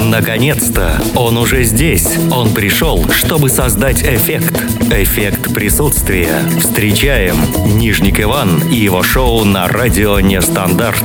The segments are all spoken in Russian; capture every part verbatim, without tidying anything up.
Наконец-то! Он уже здесь. Он пришел, чтобы создать эффект. Эффект присутствия. Встречаем Нижник Иван и его шоу на радио Нестандарт.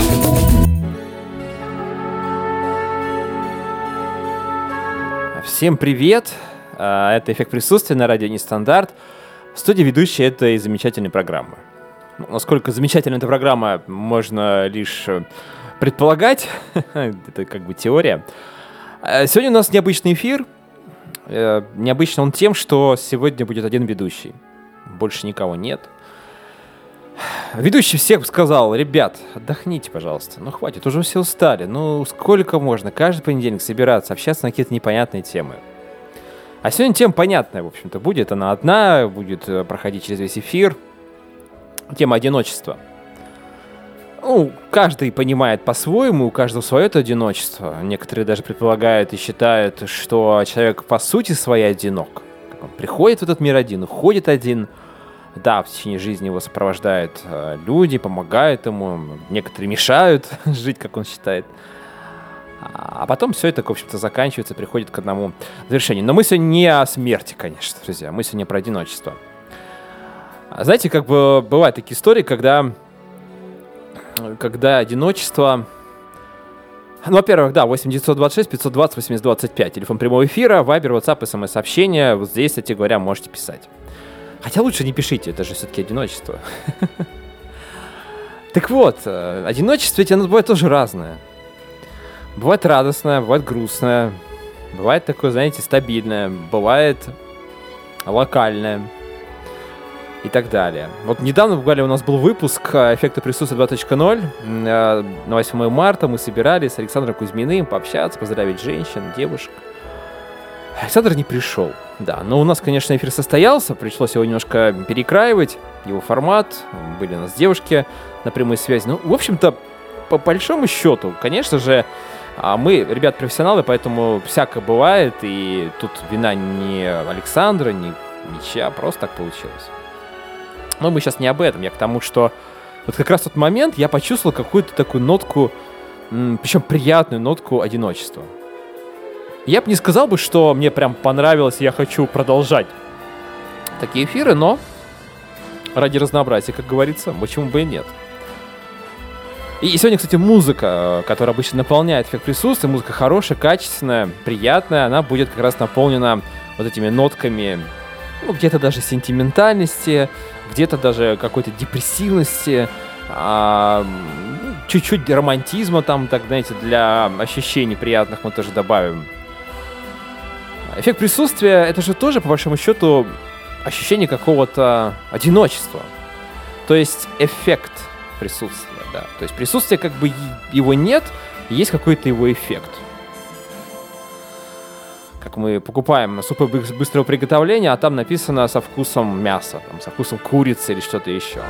Всем привет! Это «Эффект присутствия» на радио Нестандарт. В студии ведущий этой замечательной программы. Насколько замечательна эта программа, можно лишь предполагать. Это как бы теория. Сегодня у нас необычный эфир. Необычно он тем, что сегодня будет один ведущий. Больше никого нет. Ведущий всех сказал: ребят, отдохните, пожалуйста. Ну хватит, уже все устали. Ну сколько можно каждый понедельник собираться, общаться на какие-то непонятные темы. А сегодня тема понятная, в общем-то, будет. Она одна, будет проходить через весь эфир. Тема одиночества. Ну, каждый понимает по-своему, у каждого свое это одиночество. Некоторые даже предполагают и считают, что человек по сути своей одинок. Он приходит в этот мир один, уходит один. Да, в течение жизни его сопровождают э, люди, помогают ему. Некоторые мешают жить, как он считает. А потом все это, в общем-то, заканчивается, приходит к одному завершению. Но мы сегодня не о смерти, конечно, друзья. Мы сегодня про одиночество. Знаете, как бы бывают такие истории, когда, когда одиночество... Ну, во-первых, да, восемь девятьсот двадцать шесть пятьсот двадцать восемьдесят двадцать пять. Телефон прямого эфира, вайбер, ватсап, смс-сообщения. Вот здесь, кстати говоря, можете писать. Хотя лучше не пишите, это же все-таки одиночество. Так вот, одиночество ведь оно бывает тоже разное. Бывает радостное, бывает грустное, бывает такое, знаете, стабильное, бывает локальное и так далее. Вот недавно буквально у нас был выпуск «Эффекта присутствия два точка ноль». На восьмое марта мы собирались с Александром Кузьминым пообщаться, поздравить женщин, девушек. Александр не пришел, да, но у нас, конечно, эфир состоялся, пришлось его немножко перекраивать, его формат, были у нас девушки на прямой связи. Ну, в общем-то, по большому счету, конечно же, мы, ребят, профессионалы, поэтому всякое бывает, и тут вина не Александра, не ничья, просто так получилось. Но мы сейчас не об этом, я к тому, что вот как раз в тот момент я почувствовал какую-то такую нотку, причем приятную нотку одиночества. Я бы не сказал бы, что мне прям понравилось, и я хочу продолжать такие эфиры, но ради разнообразия, как говорится, почему бы и нет. И сегодня, кстати, музыка, которая обычно наполняет эффект присутствия, музыка хорошая, качественная, приятная, она будет как раз наполнена вот этими нотками, ну, где-то даже сентиментальности, где-то даже какой-то депрессивности, а, чуть-чуть романтизма там, так, знаете, для ощущений приятных мы тоже добавим. Эффект присутствия — это же тоже, по большому счету, ощущение какого-то одиночества. То есть эффект присутствия, да. То есть присутствие, как бы его нет, есть какой-то его эффект. Как мы покупаем супы быстрого приготовления, а там написано со вкусом мяса, там, со вкусом курицы или что-то еще.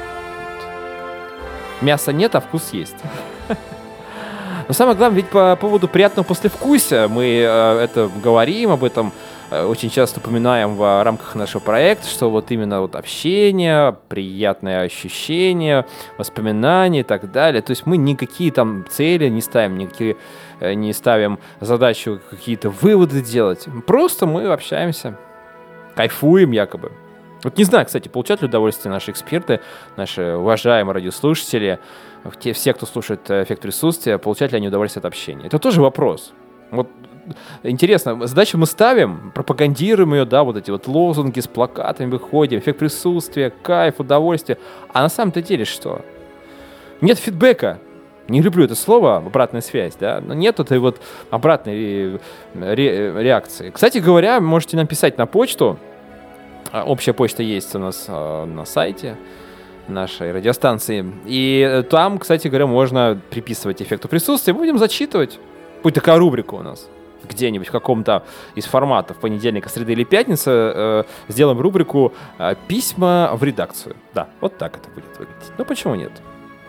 Мяса нет, а вкус есть. Но самое главное, ведь по поводу приятного послевкусия мы э, это говорим, об этом э, очень часто упоминаем в рамках нашего проекта, что вот именно вот общение, приятное ощущение, воспоминания и так далее. То есть мы никакие там цели не ставим, никакие, э, не ставим задачу какие-то выводы делать. Просто мы общаемся, кайфуем якобы. Вот не знаю, кстати, получают ли удовольствие наши эксперты, наши уважаемые радиослушатели, те, все, кто слушает «Эффект присутствия», получают ли они удовольствие от общения? Это тоже вопрос. Вот интересно, задачу мы ставим, пропагандируем ее, да, вот эти вот лозунги с плакатами выходим, эффект присутствия, кайф, удовольствие. А на самом-то деле что? Нет фидбэка. Не люблю это слово, обратная связь, да, но нет этой вот обратной ре- реакции. Кстати говоря, можете нам писать на почту. Общая почта есть у нас э, на сайте нашей радиостанции. И там, кстати говоря, можно приписывать эффекту присутствия. Мы будем зачитывать. Будет такая рубрика у нас. Где-нибудь в каком-то из форматов понедельника, среды или пятницы э, сделаем рубрику э, «Письма в редакцию». Да, вот так это будет выглядеть. Ну, почему нет?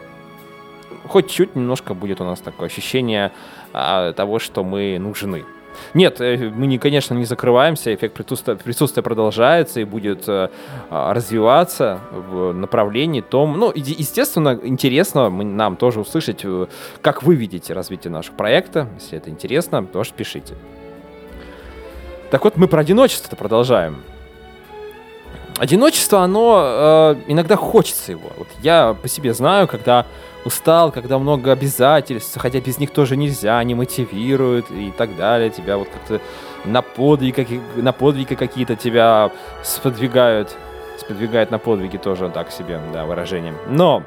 Хоть чуть немножко будет у нас такое ощущение э, того, что мы нужны. Нет, мы, не, конечно, не закрываемся, эффект присутствия, присутствия продолжается и будет э, развиваться в направлении том. Ну, естественно, интересно мы, нам тоже услышать, как вы видите развитие нашего проекта. Если это интересно, тоже пишите. Так вот, мы про одиночество-то продолжаем. Одиночество, оно э, иногда хочется его. Вот я по себе знаю, когда устал, когда много обязательств, хотя без них тоже нельзя, они мотивируют и так далее, тебя вот как-то на подвиги, на подвиги какие-то тебя сподвигают, сподвигают на подвиги тоже так себе, да, выражением. Но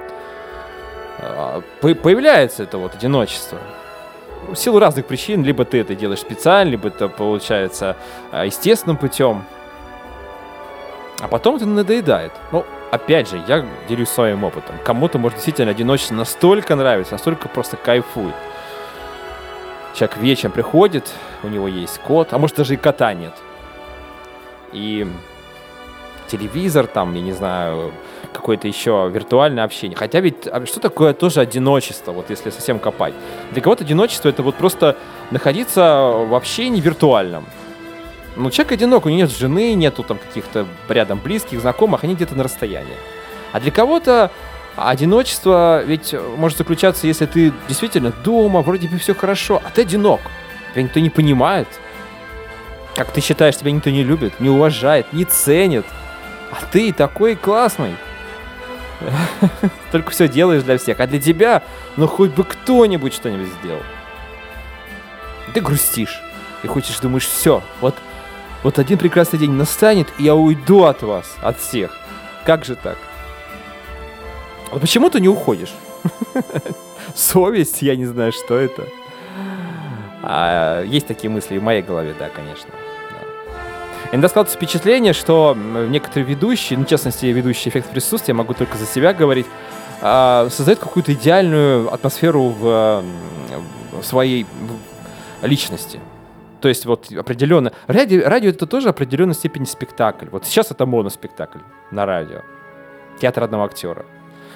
э, появляется это вот одиночество. В силу разных причин, либо ты это делаешь специально, либо это получается э, естественным путем. А потом это надоедает. Ну, опять же, я делюсь своим опытом. Кому-то, может, действительно одиночество настолько нравится, настолько просто кайфует. Человек вечером приходит, у него есть кот, а может, даже и кота нет. И телевизор, там, я не знаю, какое-то еще виртуальное общение. Хотя ведь, что такое тоже одиночество, вот если совсем копать? Для кого-то одиночество — это вот просто находиться в общении виртуальном. Ну, человек одинок, у него нет жены, нету там каких-то рядом близких, знакомых, они где-то на расстоянии. А для кого-то одиночество ведь может заключаться, если ты действительно дома, вроде бы все хорошо, а ты одинок. Тебя никто не понимает. Как ты считаешь, тебя никто не любит, не уважает, не ценит. А ты такой классный. Только все делаешь для всех. А для тебя, ну, хоть бы кто-нибудь что-нибудь сделал. Ты грустишь. Ты хочешь, думаешь, все, вот... Вот один прекрасный день настанет, и я уйду от вас, от всех. Как же так? А почему ты не уходишь? Совесть, я не знаю, что это. А, есть такие мысли в моей голове, да, конечно. Да. Иногда складывается впечатление, что некоторые ведущие, ну, в частности, ведущий эффект присутствия, могу только за себя говорить, а, создают какую-то идеальную атмосферу в, в своей личности. То есть вот определенно... Радио, радио — это тоже определенной степени спектакль. Вот сейчас это моноспектакль на радио. Театр одного актера.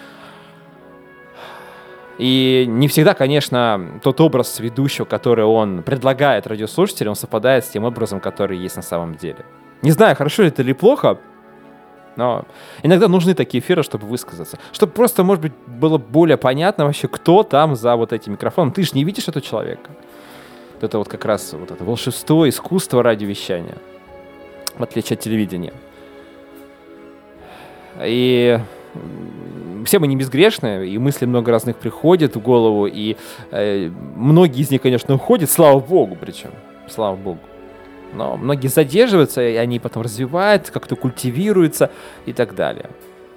И не всегда, конечно, тот образ ведущего, который он предлагает радиослушателям, он совпадает с тем образом, который есть на самом деле. Не знаю, хорошо это или плохо, но иногда нужны такие эфиры, чтобы высказаться. Чтобы просто, может быть, было более понятно вообще, кто там за вот этим микрофоном. Ты же не видишь этого человека. Это вот как раз вот это волшебство, искусство радиовещания, в отличие от телевидения. И все мы не безгрешны, и мысли много разных приходят в голову, и э, многие из них, конечно, уходят, слава богу, причем, слава богу. Но многие задерживаются, и они потом развиваются, как-то культивируются и так далее.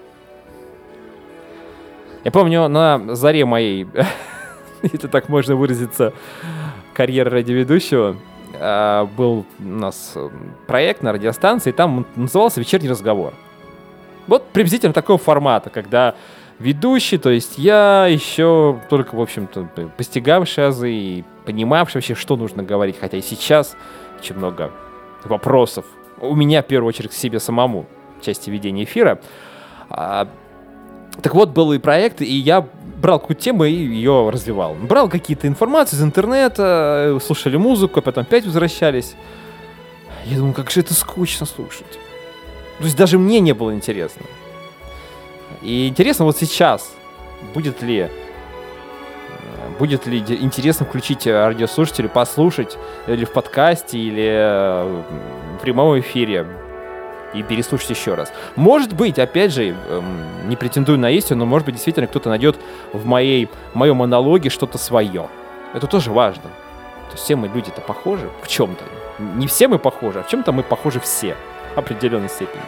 Я помню, на заре моей, если так можно выразиться, карьеры радиоведущего, э, был у нас проект на радиостанции, там назывался «Вечерний разговор». Вот приблизительно такого формата, когда ведущий, то есть я, еще только, в общем-то, постигавший азы и понимавший вообще, что нужно говорить, хотя и сейчас очень много вопросов у меня, в первую очередь, к себе самому в части ведения эфира. А, так вот, был и проект, и я брал какую-то тему и ее развивал. Брал какие-то информации из интернета, слушали музыку, а потом опять возвращались. Я думал, как же это скучно слушать. То есть даже мне не было интересно. И интересно вот сейчас, будет ли, будет ли интересно включить радиослушателю, послушать или в подкасте, или в прямом эфире и переслушать еще раз. Может быть, опять же, не претендую на истину, но может быть действительно кто-то найдет в моей, в моем монологе что-то свое. Это тоже важно. То есть все мы люди-то похожи в чем-то. Не все мы похожи, а в чем-то мы похожи все. В определенной степени.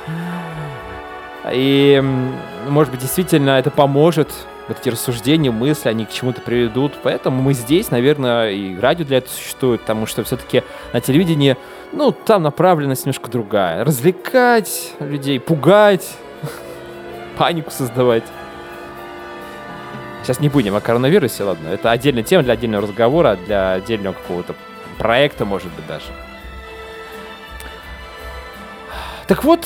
И, может быть, действительно это поможет. Вот эти рассуждения, мысли, они к чему-то приведут. Поэтому мы здесь, наверное, и радио для этого существует, потому что все-таки на телевидении, ну, там направленность немножко другая. Развлекать людей, пугать, панику создавать. Сейчас не будем о коронавирусе, ладно. Это отдельная тема для отдельного разговора, для отдельного какого-то проекта, может быть, даже. Так вот,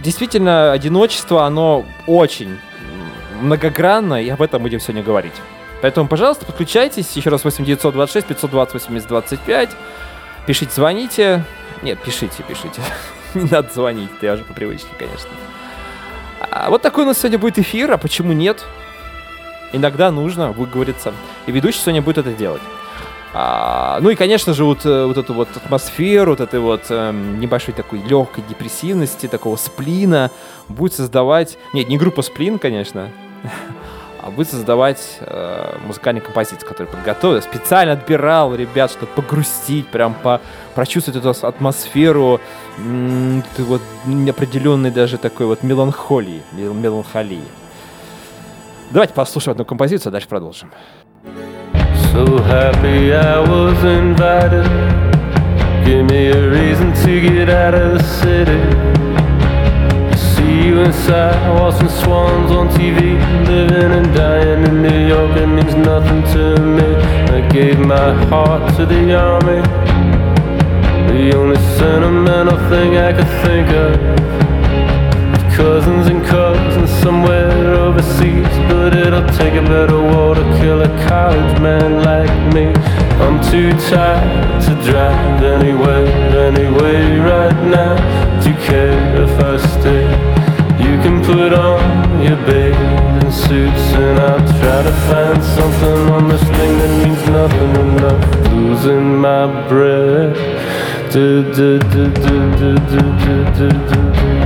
действительно, одиночество, оно очень многогранно, и об этом будем сегодня говорить. Поэтому, пожалуйста, подключайтесь. Еще раз восемь девятьсот двадцать шесть пятьсот двадцать восемьдесят двадцать пять. Пишите, звоните. Нет, пишите, пишите. Не надо звонить, я уже по привычке, конечно. А вот такой у нас сегодня будет эфир, а почему нет? Иногда нужно выговориться. И ведущий сегодня будет это делать. А, ну и, конечно же, вот, вот эту вот атмосферу, вот этой вот э, небольшой такой легкой депрессивности, такого сплина будет создавать... Нет, не группа Сплин, конечно, а будет создавать э, музыкальный композитор, который подготовил. Специально отбирал ребят, чтобы погрустить, прям по, прочувствовать эту атмосферу м- вот неопределенной даже такой вот меланхолии, мел- меланхолии. Давайте послушаем одну композицию, а дальше продолжим. So happy I was invited. Give me a reason to get out of the city. See you inside, watching swans on T V. Living and dying in New York, it means nothing to me. I gave my heart to the army. The only sentimental thing I could think of. Cousins and cousins somewhere overseas. But it'll take a better war to kill a college man like me. I'm too tired to drive anywhere, anyway right now. Do you care if I stay? You can put on your bathing suits and I'll try to find something on this thing that means nothing enough. Losing my breath. Do, do, do, do, do, do, do, do, do.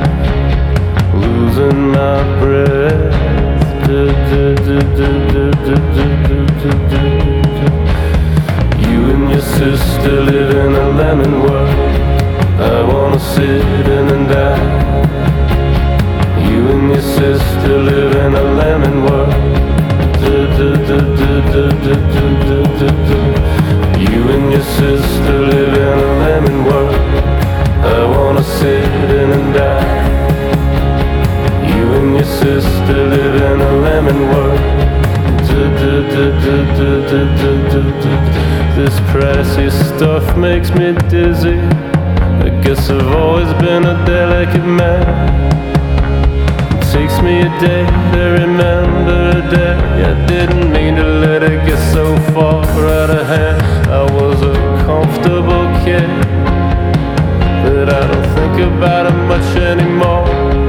Losing my breath. Du, du, du, du, du, du, du, du, du. You and your sister live in a lemon world. I wanna sit in and die. You and your sister live in a lemon world. Du, du, du, du, du, du, du, du, du. You and your sister live in a lemon world. I wanna sit in and die. You and your sister live in a lemon world. Du, du, du, du, du, du, du, du, du. This pricey stuff makes me dizzy. I guess I've always been a delicate man. It takes me a day to remember a day I didn't mean to let it get so far out of hand. I was a comfortable kid, but I don't think about it much anymore.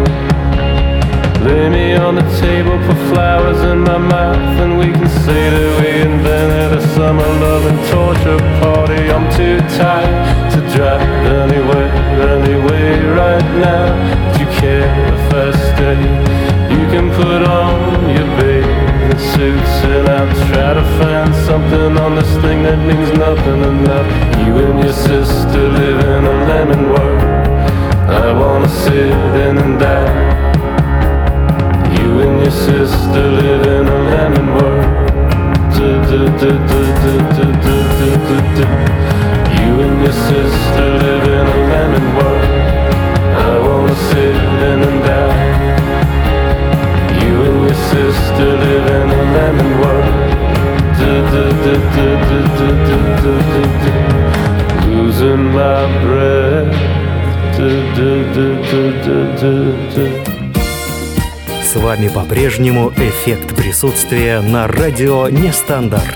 Lay me on the table, put flowers in my mouth, and we can say that we invented a summer loving torture party. I'm too tired to drive anywhere, anyway right now. Do you care if I stay? You can put on your bathing suits and I'll try to find something on this thing that means nothing enough. You and your sister live in a lemon world. I wanna sit in and die. You and your sister live in a lemon world. Du, du, du, du, du, du, du, du, du. You and your sister live in a lemon world. I wanna sit in and die. You and your sister live in a lemon world. Du, du, du, du, du, du, du, du, du. Losing my breath. Du, du, du, du, du, du, du. С вами по-прежнему эффект присутствия на радио Нестандарт.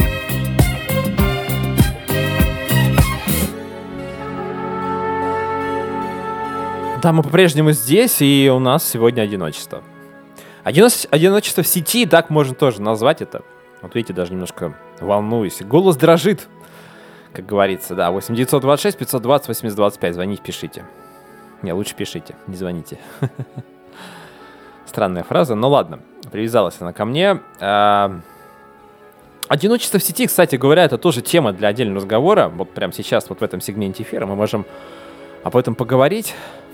Да, мы по-прежнему здесь, и у нас сегодня одиночество. Одино- Одиночество в сети, так можно тоже назвать это. Вот видите, даже немножко волнуюсь. Голос дрожит, как говорится, да. восемь девятьсот двадцать шесть пятьсот двадцать восемьдесят двадцать пять. Звоните, пишите. Не, лучше пишите, не звоните. Странная фраза, но ладно, привязалась она ко мне. А, одиночество в сети, кстати говоря, это тоже тема для отдельного разговора. Вот прямо сейчас, вот в этом сегменте эфира мы можем об этом поговорить.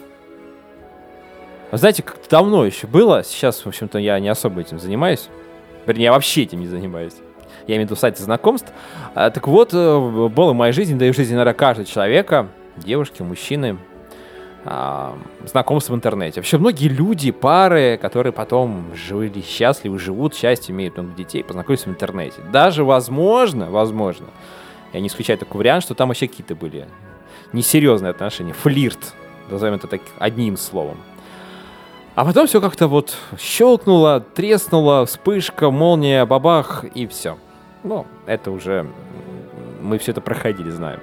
Вы знаете, как давно еще было, сейчас, в общем-то, я не особо этим занимаюсь. Вернее, я вообще этим не занимаюсь. Я имею в виду сайты знакомств. А, так вот, было в моей жизни, да и в жизни, наверное, каждого человека, девушки, мужчины, а, знакомства в интернете. Вообще многие люди, пары, которые потом жили счастливы, живут счастье, имеют много детей, познакомились в интернете. Даже возможно, возможно, я не исключаю такой вариант, что там вообще какие-то были несерьезные отношения, флирт, назовем это так одним словом. А потом все как-то вот щелкнуло, треснуло, вспышка, молния, бабах, и все. Ну, это уже... Мы все это проходили, знаем.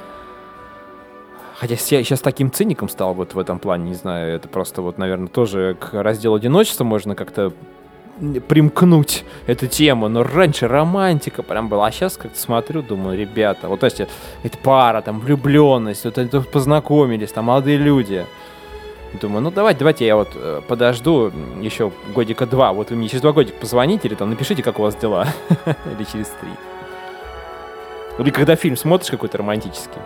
Хотя я сейчас таким циником стал вот в этом плане, не знаю, это просто вот, наверное, тоже к разделу одиночества можно как-то примкнуть эту тему, но раньше романтика прям была, а сейчас как-то смотрю, думаю, ребята, вот то есть это пара, там, влюбленность, вот это познакомились, там, молодые люди. Думаю, ну давайте, давайте я вот э, подожду еще годика два. Вот вы мне через два годика позвоните или там напишите, как у вас дела. Или через три. Или когда фильм смотришь какой-то романтический.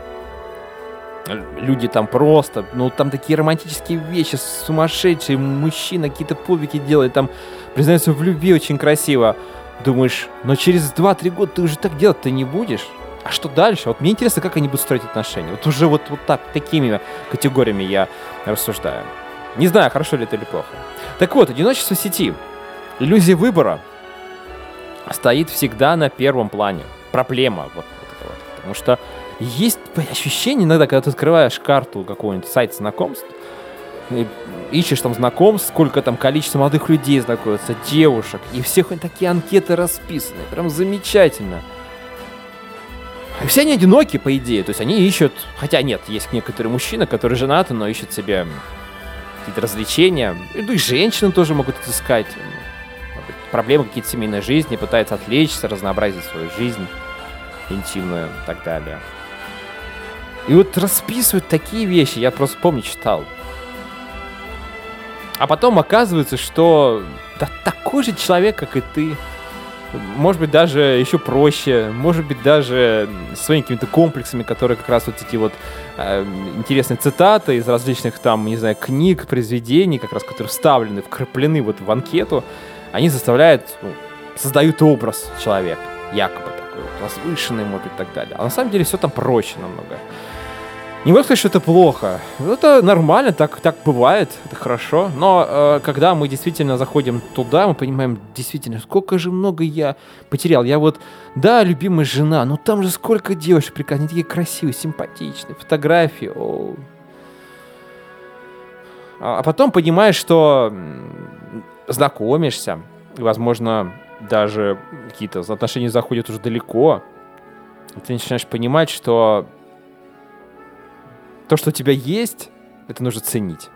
Люди там просто, ну там такие романтические вещи, сумасшедшие. Мужчина какие-то подвиги делает, там признается в любви очень красиво. Думаешь, но через два-три года ты уже так делать-то не будешь. А что дальше? Вот мне интересно, как они будут строить отношения. Вот уже вот, вот так, такими категориями я рассуждаю. Не знаю, хорошо ли это или плохо. Так вот, одиночество в сети. Иллюзия выбора стоит всегда на первом плане. Проблема вот, вот это вот. Потому что есть ощущение иногда, когда ты открываешь карту какого-нибудь сайта знакомств, ищешь там знакомств, сколько там количество молодых людей знакомится, девушек, и всех такие анкеты расписаны. Прям замечательно. И все они одиноки, по идее, то есть они ищут, хотя нет, есть некоторые мужчины, которые женаты, но ищут себе какие-то развлечения, ну и женщины тоже могут отыскать проблемы какие-то семейной жизни, пытаются отвлечься, разнообразить свою жизнь интимную и так далее. И вот расписывают такие вещи, я просто помню, читал. А потом оказывается, что да, такой же человек, как и ты. Может быть, даже еще проще, может быть, даже со своими какими-то комплексами, которые как раз вот эти вот э, интересные цитаты из различных там, не знаю, книг, произведений, как раз которые вставлены, вкраплены вот в анкету, они заставляют, ну, создают образ человека, якобы такой вот, возвышенный, может быть, и так далее. А на самом деле все там проще намного. Не могу сказать, что это плохо. Это нормально, так, так бывает, это хорошо. Но э, когда мы действительно заходим туда, мы понимаем, действительно, сколько же много я потерял. Я вот, да, любимая жена, но там же сколько девушек прекрасных, они такие красивые, симпатичные, фотографии. О. А, а потом понимаешь, что знакомишься, и, возможно, даже какие-то отношения заходят уже далеко. И ты начинаешь понимать, что то, что у тебя есть, это нужно ценить.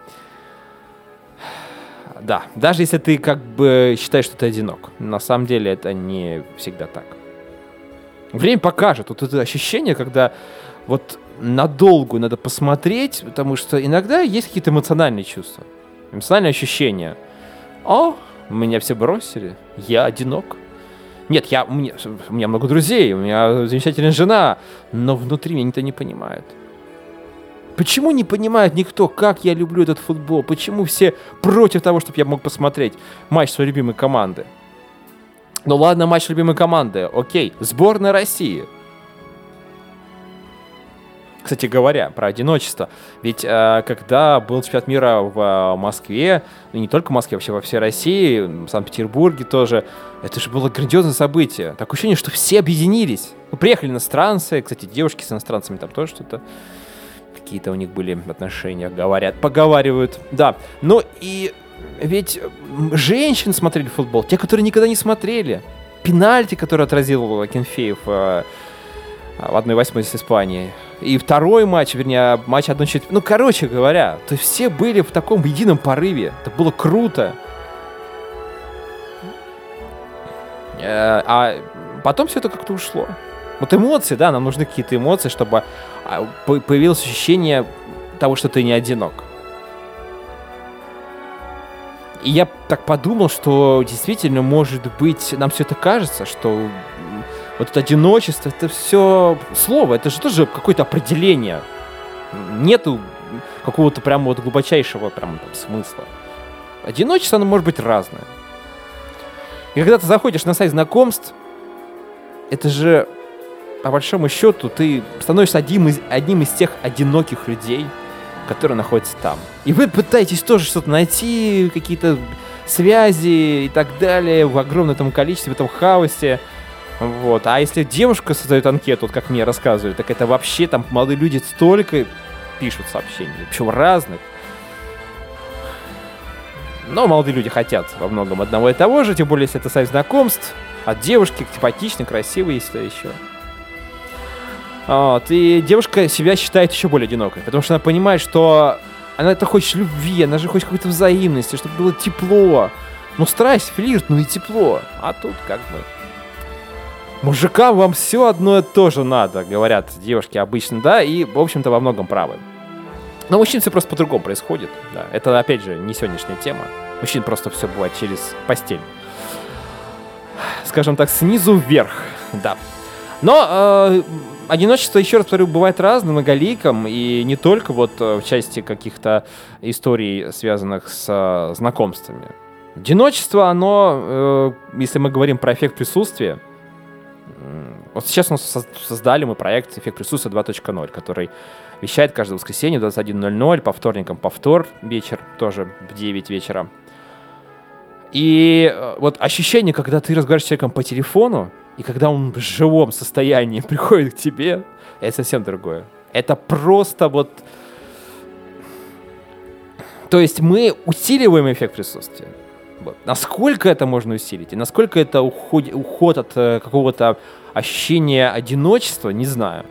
Да, даже если ты как бы считаешь, что ты одинок. На самом деле это не всегда так. Время покажет. Вот это ощущение, когда вот надолго надо посмотреть, потому что иногда есть какие-то эмоциональные чувства. Эмоциональные ощущения. О, меня все бросили, я одинок. Нет, я, у, меня, у меня много друзей, у меня замечательная жена, но внутри меня никто не понимает. Почему не понимает никто, как я люблю этот футбол? Почему все против того, чтобы я мог посмотреть матч своей любимой команды? Ну ладно, матч любимой команды, окей. Сборная России. Кстати говоря, про одиночество. Ведь э, когда был чемпионат мира в э, Москве, ну не только в Москве, вообще во всей России, в Санкт-Петербурге тоже, это же было грандиозное событие. Такое ощущение, что все объединились. Ну, приехали иностранцы, кстати, девушки с иностранцами там тоже что-то... Какие-то у них были отношения, говорят, поговаривают, да. Ну и ведь женщины смотрели футбол, те, которые никогда не смотрели. Пенальти, который отразил Акинфеев э, в одной восьмой с Испанией. И второй матч, вернее, матч одной четвертой. Ну, короче говоря, то есть все были в таком едином порыве. Это было круто. Э, а потом все это как-то ушло. Вот эмоции, да, нам нужны какие-то эмоции, чтобы появилось ощущение того, что ты не одинок. И я так подумал, что действительно, может быть, нам все это кажется, что вот это одиночество, это все слово, это же тоже какое-то определение. Нету какого-то прям вот глубочайшего прям там смысла. Одиночество, оно может быть разное. И когда ты заходишь на сайт знакомств, это же... По большому счету, ты становишься одним из, одним из тех одиноких людей, которые находятся там. И вы пытаетесь тоже что-то найти, какие-то связи и так далее в огромном этом количестве, в этом хаосе. Вот. А если девушка создает анкету, вот как мне рассказывали, так это вообще там молодые люди столько пишут сообщений, причем разных. Но молодые люди хотят во многом одного и того же, тем более, если это сайт знакомств, от девушки, симпатичной, красивой, если еще. Вот. И девушка себя считает еще более одинокой, потому что она понимает, что она это хочет любви, она же хочет какой-то взаимности, чтобы было тепло. Ну, страсть, флирт, ну и тепло. А тут как бы... Мужикам вам все одно и то же надо, говорят девушки обычно, да, и, в общем-то, во многом правы. Но мужчин все просто по-другому происходит, да. Это, опять же, не сегодняшняя тема. Мужчин просто все бывает через постель. Скажем так, снизу вверх, да. Но э, одиночество, еще раз повторю, бывает разным, многоликим, и не только вот в части каких-то историй, связанных с э, знакомствами. Одиночество, оно, э, если мы говорим про эффект присутствия, э, вот сейчас мы создали мы проект «Эффект присутствия два точка ноль», который вещает каждое воскресенье в двадцать один ноль ноль, по вторникам повтор вечер, тоже в девять вечера. И э, вот ощущение, когда ты разговариваешь с человеком по телефону, и когда он в живом состоянии приходит к тебе, это совсем другое. Это просто вот... То есть мы усиливаем эффект присутствия. Вот. Насколько это можно усилить, и насколько это уход, уход от э, какого-то ощущения одиночества, не знаю.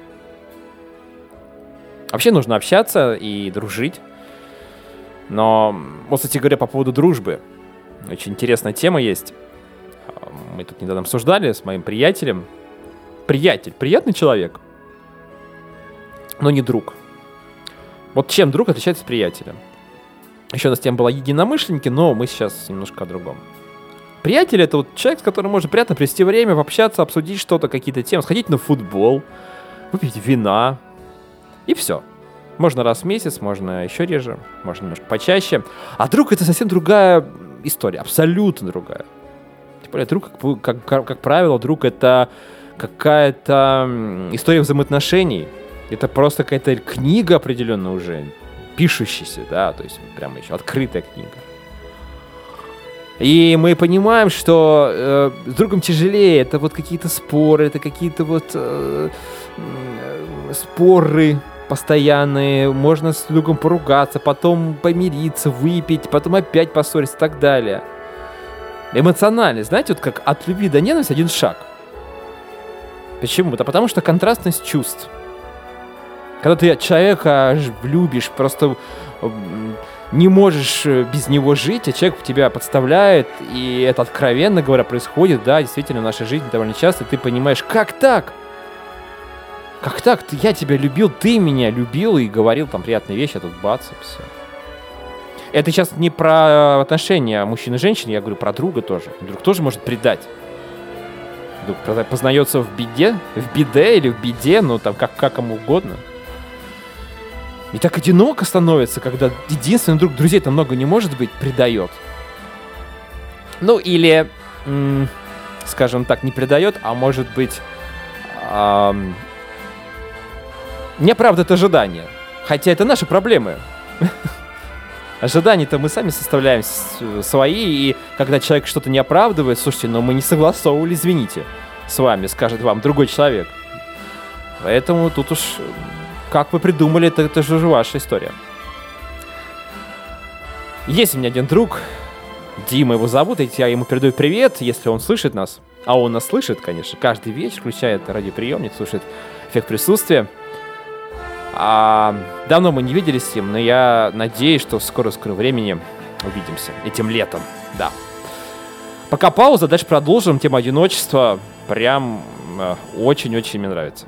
Вообще нужно общаться и дружить. Но, вот, кстати говоря, по поводу дружбы. Очень интересная тема есть. Мы тут недавно обсуждали с моим приятелем. Приятель, приятный человек, но не друг. Вот чем друг отличается от приятеля? Еще у нас тема была единомышленники, но мы сейчас немножко о другом. Приятель — это вот человек, с которым можно приятно провести время, пообщаться, обсудить что-то, какие-то темы, сходить на футбол, выпить вина, и все. Можно раз в месяц, можно еще реже, можно немножко почаще. А друг — это совсем другая история, абсолютно другая. Тем более друг, как, как, как, как правило, друг — это какая-то история взаимоотношений. Это просто какая-то книга определенная уже, пишущаяся, да, то есть прямо еще открытая книга. И мы понимаем, что э, с другом тяжелее, это вот какие-то споры, это какие-то вот э, э, споры постоянные, можно с другом поругаться, потом помириться, выпить, потом опять поссориться и так далее. Эмоционально, знаете, вот как от любви до ненависти один шаг. Почему? Да потому что контрастность чувств. Когда ты человека любишь, просто не можешь без него жить, а человек тебя подставляет, и это, откровенно говоря, происходит, да, действительно, в нашей жизни довольно часто, ты понимаешь, как так? Как так? Ты, я тебя любил, ты меня любил и говорил там приятные вещи, а тут бац, и все. Это сейчас не про отношения мужчины и женщины, я говорю про друга тоже. Друг тоже может предать. Друг познается в беде, в беде или в беде, ну там как, как кому угодно. И так одиноко становится, когда единственный друг, друзей-то много не может быть, предает. Ну или, м- скажем так, не предает, а может быть, м- не оправдывает ожидания. Хотя это наши проблемы. Ожидания-то мы сами составляем свои, и когда человек что-то не оправдывает, слушайте, но мы не согласовывали, извините, с вами, скажет вам другой человек. Поэтому тут уж, как вы придумали, это, это же ваша история. Есть у меня один друг, Дима его зовут, и я ему передаю привет, если он слышит нас. А он нас слышит, конечно, каждый вечер, включает радиоприемник, слушает эффект присутствия. А, давно мы не виделись с ним, но я надеюсь, что в скором-скором времени увидимся. Этим летом, да. Пока пауза, дальше продолжим. Тема одиночества прям э, очень-очень мне нравится.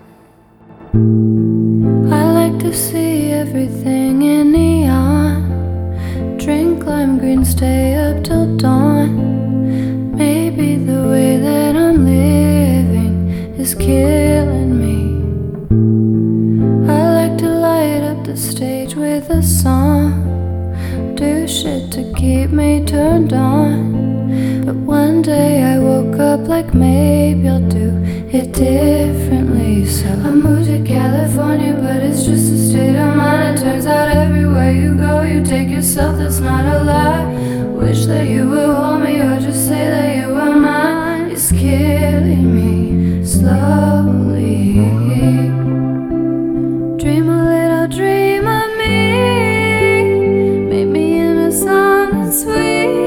I like to see everything in neon. Drink lime green, stay up till dawn. Maybe the way that I'm living is killing me. Stage with a song, do shit to keep me turned on. But one day I woke up like maybe I'll do it differently. So I moved to California, but it's just a state of mind. It turns out everywhere you go, you take yourself, that's not a lie. Wish that you would hold me or just say that you were mine. It's killing me slowly. Dream a little dream of me, meet me in a song that's sweet.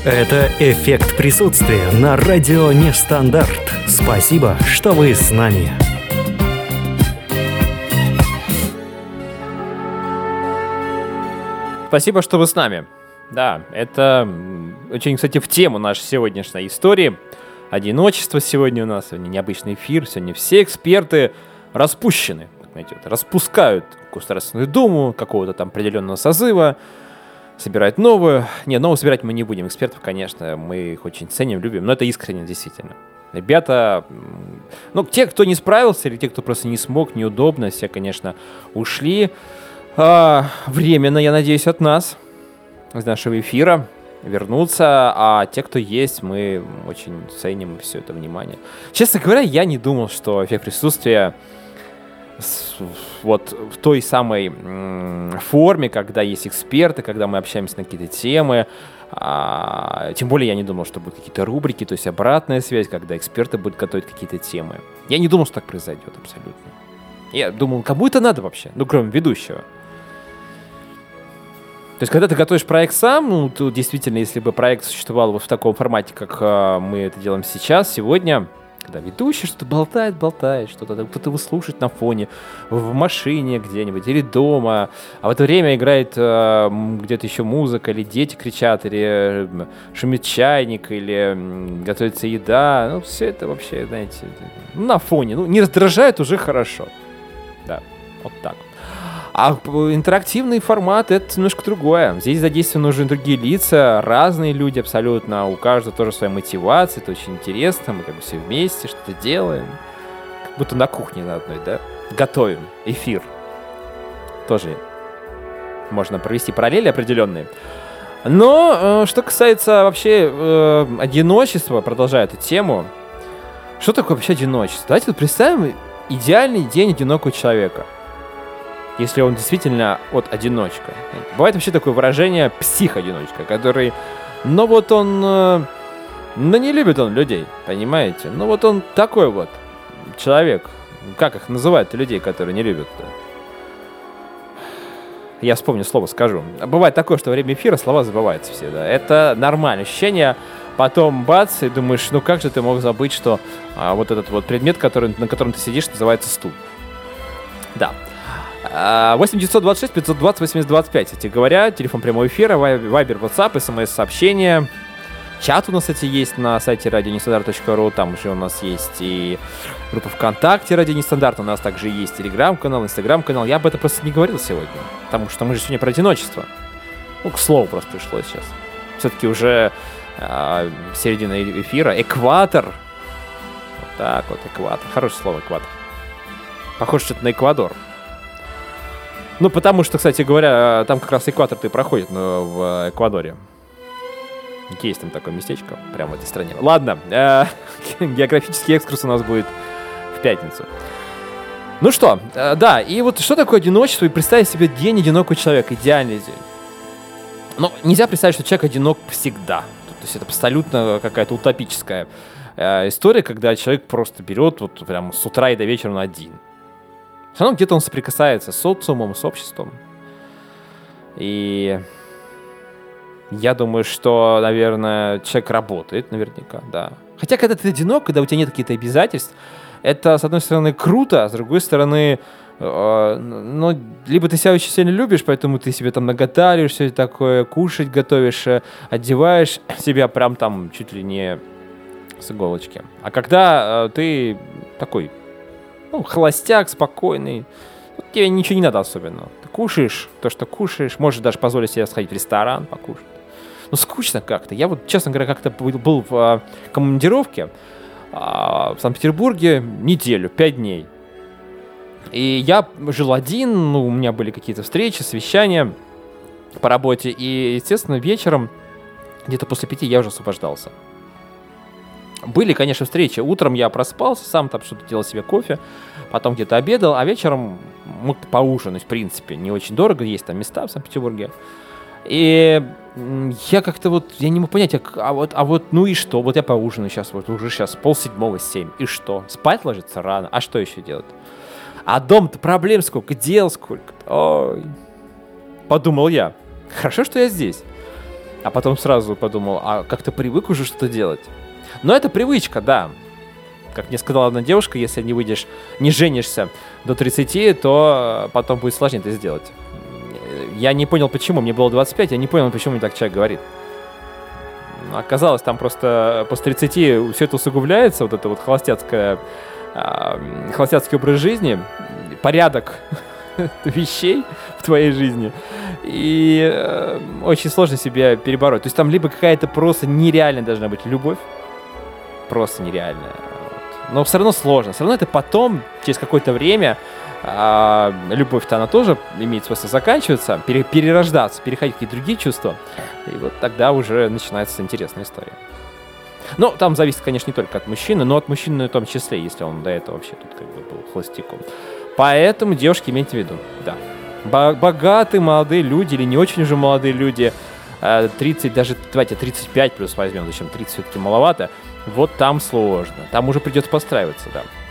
Это «Эффект присутствия» на радио Нестандарт. Спасибо, что вы с нами. Спасибо, что вы с нами. Да, это очень, кстати, в тему нашей сегодняшней истории. Одиночество сегодня у нас, сегодня необычный эфир, сегодня все эксперты распущены. Знаете, вот, распускают Государственную Думу какого-то там определенного созыва, собирают новую. Не, новую собирать мы не будем, экспертов, конечно, мы их очень ценим, любим, но это искренне, действительно. Ребята, ну, те, кто не справился, или те, кто просто не смог, неудобно, все, конечно, ушли. А, временно, я надеюсь, от нас, из нашего эфира, вернуться, а те, кто есть, мы очень ценим все это внимание. Честно говоря, я не думал, что эффект присутствия с, вот в той самой м- форме, когда есть эксперты, когда мы общаемся на какие-то темы, а, тем более я не думал, что будут какие-то рубрики, то есть обратная связь, когда эксперты будут готовить какие-то темы. Я не думал, что так произойдет абсолютно. Я думал, кому это надо вообще, ну, кроме ведущего. То есть, когда ты готовишь проект сам, ну, то действительно, если бы проект существовал вот в таком формате, как э, мы это делаем сейчас, сегодня, когда ведущий что-то болтает, болтает, что-то кто-то его слушает на фоне, в машине где-нибудь или дома, а в это время играет э, где-то еще музыка, или дети кричат, или э, шумит чайник, или э, готовится еда, ну, все это вообще, знаете, ну, на фоне, ну, не раздражает уже хорошо. Да, вот так. А интерактивный формат — это немножко другое. Здесь задействованы уже другие лица, разные люди абсолютно. У каждого тоже своя мотивация, это очень интересно. Мы как бы все вместе что-то делаем. Как будто на кухне на одной, да? Готовим эфир. Тоже можно провести параллели определенные. Но что касается вообще э, одиночества, продолжая эту тему, что такое вообще одиночество? Давайте вот представим идеальный день одинокого человека. Если он действительно вот одиночка. Бывает вообще такое выражение псих-одиночка, который, ну вот он, ну не любит он людей, понимаете? Ну вот он такой вот человек. Как их называют людей, которые не любят? Я вспомню слово, скажу. Бывает такое, что во время эфира слова забываются все, да. Это нормальное ощущение. Потом бац, и думаешь, ну как же ты мог забыть, что а, вот этот вот предмет, который, на котором ты сидишь, называется стул. Да. восемь девятьсот двадцать шесть пятьсот двадцать восемьдесят двадцать пять, кстати говоря, телефон прямого эфира, вайбер, ватсап, смс-сообщения. Чат у нас, кстати, есть на сайте радио нестандарт точка ру, там уже у нас есть и группа ВКонтакте «Радио Нестандарт», у нас также есть телеграм-канал, инстаграм-канал. Я об этом просто не говорил сегодня, потому что мы же сегодня про одиночество. Ну, к слову просто пришло сейчас. Все-таки уже э, середина эфира. Экватор. Вот так вот, экватор. Хорошее слово, экватор. Похоже что-то на Эквадор. Ну, потому что, кстати говоря, там как раз экватор-то и проходит, но в Эквадоре. Есть там такое местечко, прямо в этой стране. Ладно, э, географический экскурс у нас будет в пятницу. Ну что, э, да, и вот что такое одиночество, и представить себе день одинокого человека, идеальный день. Но нельзя представить, что человек одинок всегда. То есть это абсолютно какая-то утопическая э, история, когда человек просто берет вот прям с утра и до вечера на один. Все равно где-то он соприкасается с социумом, с обществом. И я думаю, что, наверное, человек работает наверняка, да. Хотя, когда ты одинок, когда у тебя нет каких-то обязательств, это, с одной стороны, круто, а с другой стороны, э, ну, либо ты себя очень сильно любишь, поэтому ты себе там наготавливаешь, все такое, кушать готовишь, одеваешь себя прям там чуть ли не с иголочки. А когда э, ты такой... Ну, холостяк, спокойный. Тебе ничего не надо особенного. Ты кушаешь то, что кушаешь. Можешь даже позволить себе сходить в ресторан, покушать. Ну, скучно как-то. Я вот, честно говоря, как-то был в а, командировке а, в Санкт-Петербурге неделю, пять дней. И я жил один, ну, у меня были какие-то встречи, совещания по работе. И, естественно, вечером, где-то после пяти, я уже освобождался. Были, конечно, встречи. Утром я проспался, сам там что-то делал себе кофе, потом где-то обедал, а вечером мог поужинать, в принципе. Не очень дорого, есть там места в Санкт-Петербурге. И я как-то вот, я не могу понять, а, а, вот, а вот, ну и что? Вот я поужинаю сейчас, вот уже сейчас полседьмого, семь. И что? Спать ложиться рано? А что еще делать? А дом-то проблем сколько, дел сколько. Ой. Подумал я. Хорошо, что я здесь. А потом сразу подумал, а как-то привык уже что-то делать. Но это привычка, да. Как мне сказала одна девушка, если не выйдешь, не женишься до тридцати, то потом будет сложнее это сделать. Я не понял, почему. Мне было двадцать пять, я не понял, почему мне так человек говорит. Оказалось, там просто после тридцати все это усугубляется, вот это вот холостяцкое, э, холостяцкий образ жизни, порядок вещей в твоей жизни. И э, очень сложно себя перебороть. То есть там либо какая-то просто нереальная должна быть любовь, просто нереальная. Вот. Но все равно сложно. Все равно это потом, через какое-то время, э, любовь-то она тоже имеет свойство заканчиваться, пере- перерождаться, переходить в какие-то другие чувства. И вот тогда уже начинается интересная история. Но там зависит, конечно, не только от мужчины, но от мужчины в том числе, если он до этого вообще тут как бы был холостяком. Поэтому, девушки, имейте в виду, да. Богатые молодые люди или не очень уже молодые люди, тридцать, даже давайте тридцать пять плюс возьмем, зачем тридцать все-таки маловато, вот там сложно, там уже придется подстраиваться,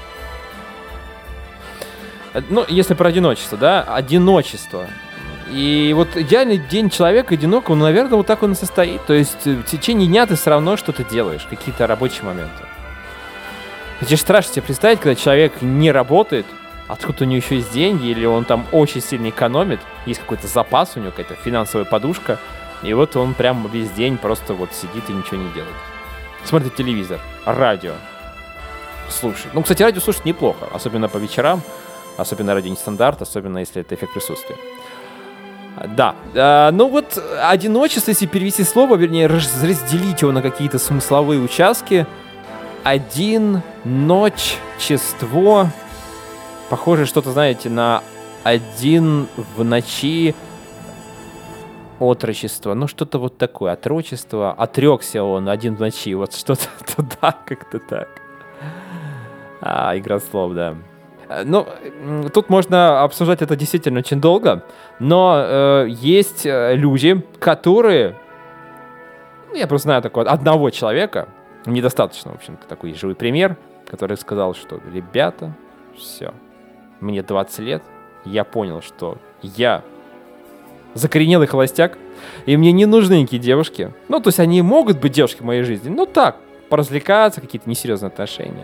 да. Ну, если про одиночество, да, одиночество. И вот идеальный день человека одинокого, ну, наверное, вот так он и состоит. То есть в течение дня ты все равно что-то делаешь, какие-то рабочие моменты. Тебе страшно себе представить, когда человек не работает, откуда у него еще есть деньги, или он там очень сильно экономит, есть какой-то запас у него, какая-то финансовая подушка, и вот он прям весь день просто вот сидит и ничего не делает. Смотрит телевизор, радио, слушает. Ну, кстати, радио слушать неплохо, особенно по вечерам, особенно радио нестандарт, особенно если это эффект присутствия. Да, а, ну вот одиночество, если перевести слово, вернее, разделить его на какие-то смысловые участки, один, ночь, чество, похоже что-то, знаете, на один в ночи, отрочество, ну что-то вот такое, отрочество, отрекся он один в ночи, вот что-то туда, как-то так. А, игра слов, да. Ну, тут можно обсуждать это действительно очень долго, но э, есть люди, которые... Я просто знаю такого одного человека, недостаточно, в общем-то, такой живой пример, который сказал, что, ребята, все, мне двадцать лет, я понял, что я закоренелый холостяк, и мне не нужны никакие девушки. Ну, то есть они могут быть девушки в моей жизни, но так, поразвлекаться, какие-то несерьезные отношения.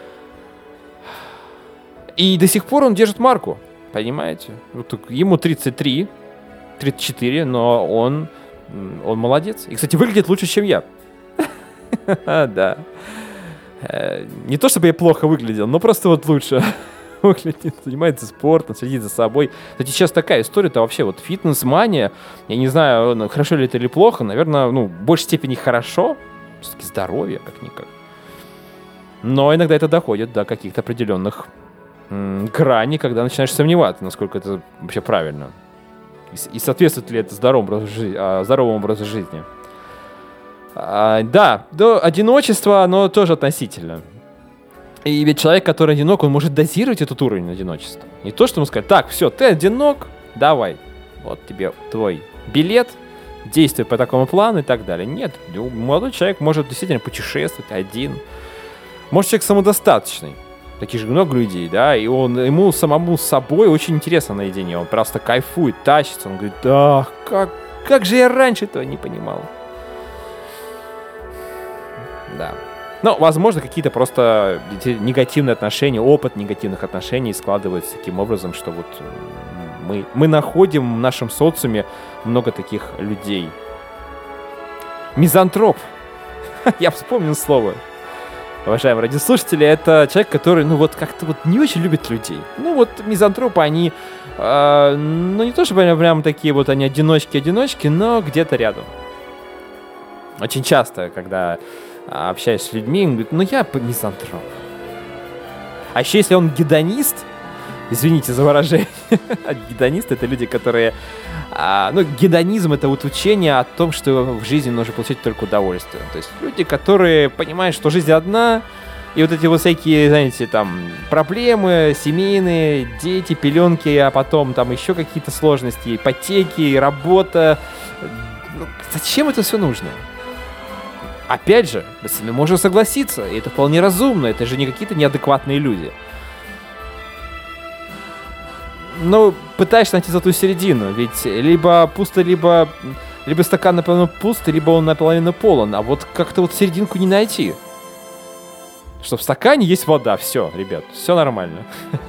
И до сих пор он держит марку, понимаете? Вот ему тридцать три, тридцать четыре, но он, он молодец. И, кстати, выглядит лучше, чем я. Да. Не то, чтобы я плохо выглядел, но просто вот лучше выглядит, занимается спортом, следит за собой. Кстати, сейчас такая история-то вообще, вот фитнес-мания, я не знаю, хорошо ли это или плохо, наверное, ну, в большей степени хорошо, все-таки здоровье, как-никак. Но иногда это доходит до каких-то определенных грани, когда начинаешь сомневаться, насколько это вообще правильно. И, и соответствует ли это здоровому образу жизни. А, здоровому образу жизни. А, да, до одиночества, оно тоже относительно. И ведь человек, который одинок, он может дозировать этот уровень одиночества. Не то, что ему сказать, так, все, ты одинок, давай, вот тебе твой билет, действуй по такому плану и так далее. Нет, молодой человек может действительно путешествовать один. Может, человек самодостаточный. Таких же много людей, да, и он, ему самому с собой очень интересно наедине, он просто кайфует, тащится, он говорит, да, как, как же я раньше этого не понимал. Да. Ну, возможно, какие-то просто негативные отношения, опыт негативных отношений складывается таким образом, что вот мы, мы находим в нашем социуме много таких людей. Мизантроп. Я вспомнил слово. Уважаемые радиослушатели, это человек, который, ну вот, как-то вот не очень любит людей. Ну вот, мизантропы, они, э, ну не то чтобы они прям такие вот, они одиночки-одиночки, но где-то рядом. Очень часто, когда общаюсь с людьми, он говорит, ну я мизантроп. А еще если он гедонист, извините за выражение, гедонисты — это люди, которые... А, ну, гедонизм — это вот учение о том, что в жизни нужно получать только удовольствие. То есть люди, которые понимают, что жизнь одна, и вот эти вот всякие, знаете, там, проблемы семейные, дети, пеленки, а потом там еще какие-то сложности, ипотеки, работа. Ну, зачем это все нужно? Опять же, мы с вами можем согласиться, и это вполне разумно, это же не какие-то неадекватные люди. ну, пытаешься найти золотую середину, ведь либо пусто, либо, либо стакан наполовину пуст, либо он наполовину полон, а вот как-то вот серединку не найти. Что в стакане есть вода, все, ребят, все нормально.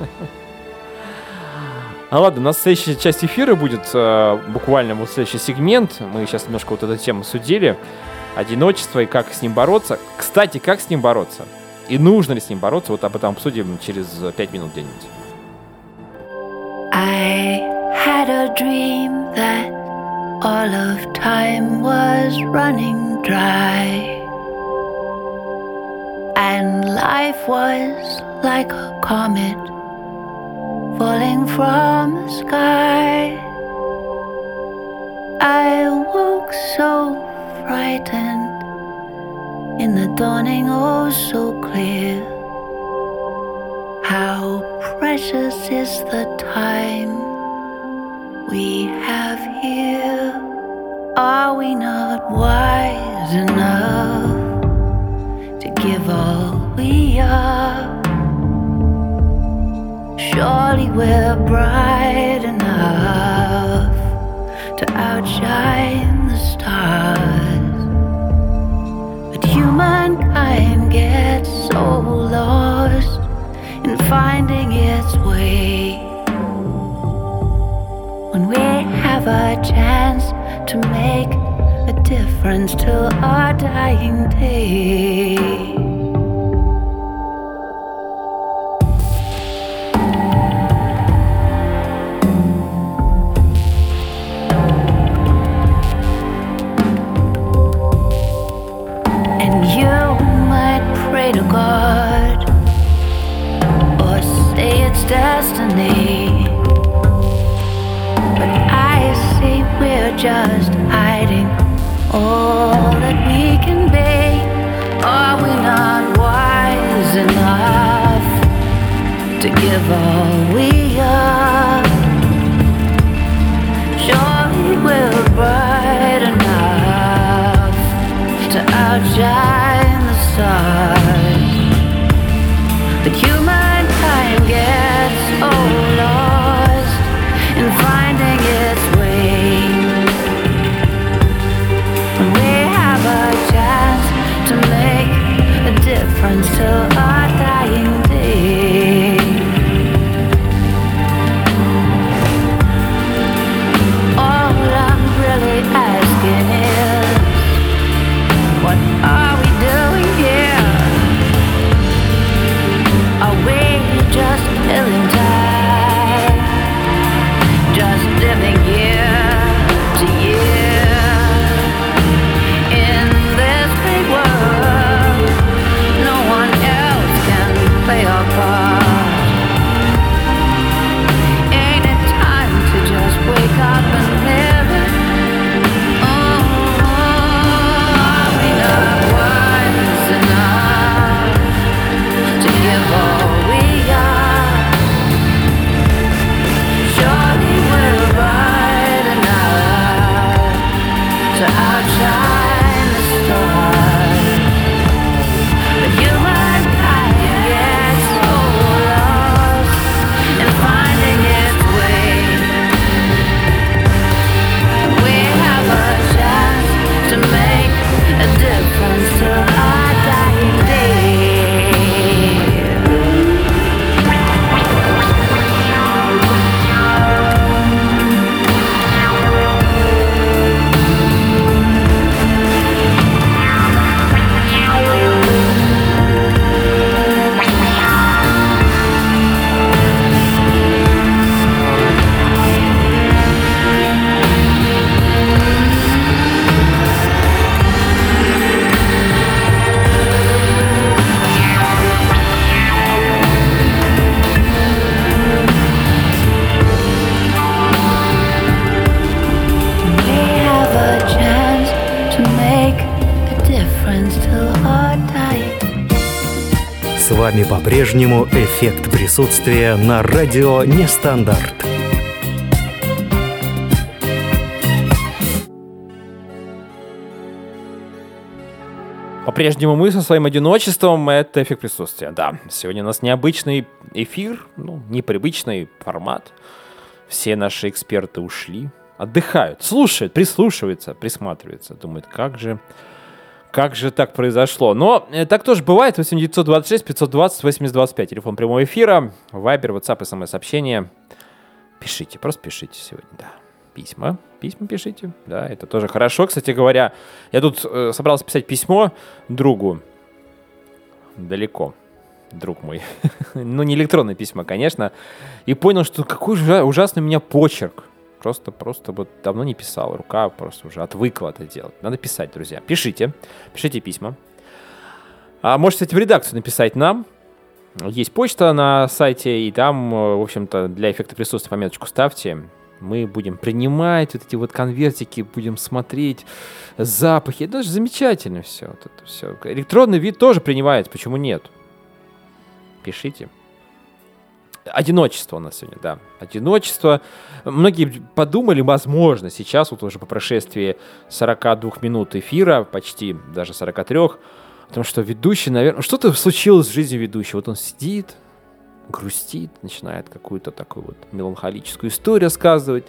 А ладно, у нас следующая часть эфира будет, э, буквально вот следующий сегмент, мы сейчас немножко вот эту тему судили, одиночество и как с ним бороться. Кстати, как с ним бороться? И нужно ли с ним бороться, вот об этом обсудим через пять минут где-нибудь. I had a dream that all of time was running dry, and life was like a comet falling from the sky. I woke so frightened in the dawning, oh so clear. How precious is the time we have here. Are we not wise enough to give all we are? Surely we're bright enough to outshine the stars. But humankind gets so lost in finding its way, when we have a chance to make a difference till our dying day. And you might pray to God or say it's destiny, but I say we're just hiding all that we can be. Are we not wise enough to give all we are? Surely we're bright enough to outshine the stars. But humankind gets so lost in finding its way, when we have a chance to make a difference till our dying day. All I'm really asking is, what are we doing here? Are we just killing time, just living year to year in this big world? No one else can play our part. Ain't it time to just wake up and live it? Oh, are we not wise enough to give all we are? Surely we're bright enough to outshine the stars. But humankind gets so lost in finding its way. We have a chance to make a difference till our dying day. We have a chance to make a difference till our dying. С вами по-прежнему эффект присутствия на радио Нестандарт. По-прежнему мы со своим одиночеством — это эффект присутствия. Да, сегодня у нас необычный эфир, ну, непривычный формат. все наши эксперты ушли, отдыхают, слушают, прислушиваются, присматриваются, думают, как же, как же так произошло. Но э, так тоже бывает. восемь девятьсот двадцать шесть пятьсот двадцать восемьдесят двадцать пять, телефон прямого эфира, Вайбер, WhatsApp, смс-сообщения. Пишите, просто пишите сегодня, да. Письма, письма пишите, да, это тоже хорошо. Кстати говоря, я тут э, собрался писать письмо другу, далеко, друг мой, ну не электронное письмо, конечно, и понял, что какой же ужасный у меня почерк. Просто, просто вот давно не писал, рука просто уже отвыкла это делать. Надо писать, друзья. Пишите, пишите письма. А можете, кстати, в редакцию написать нам. Есть почта на сайте, и там, в общем-то, для эффекта присутствия пометочку ставьте. Мы будем принимать вот эти вот конвертики, будем смотреть запахи. Это же замечательно все. Вот это все. Электронный вид тоже принимается, почему нет? Пишите. Одиночество у нас сегодня, да. Одиночество. Многие подумали, возможно, сейчас, вот уже по прошествии сорок двух минут эфира, почти даже сорок три, потому что ведущий, наверное... Что-то случилось в жизни ведущего. Вот он сидит, грустит, начинает какую-то такую вот меланхолическую историю рассказывать.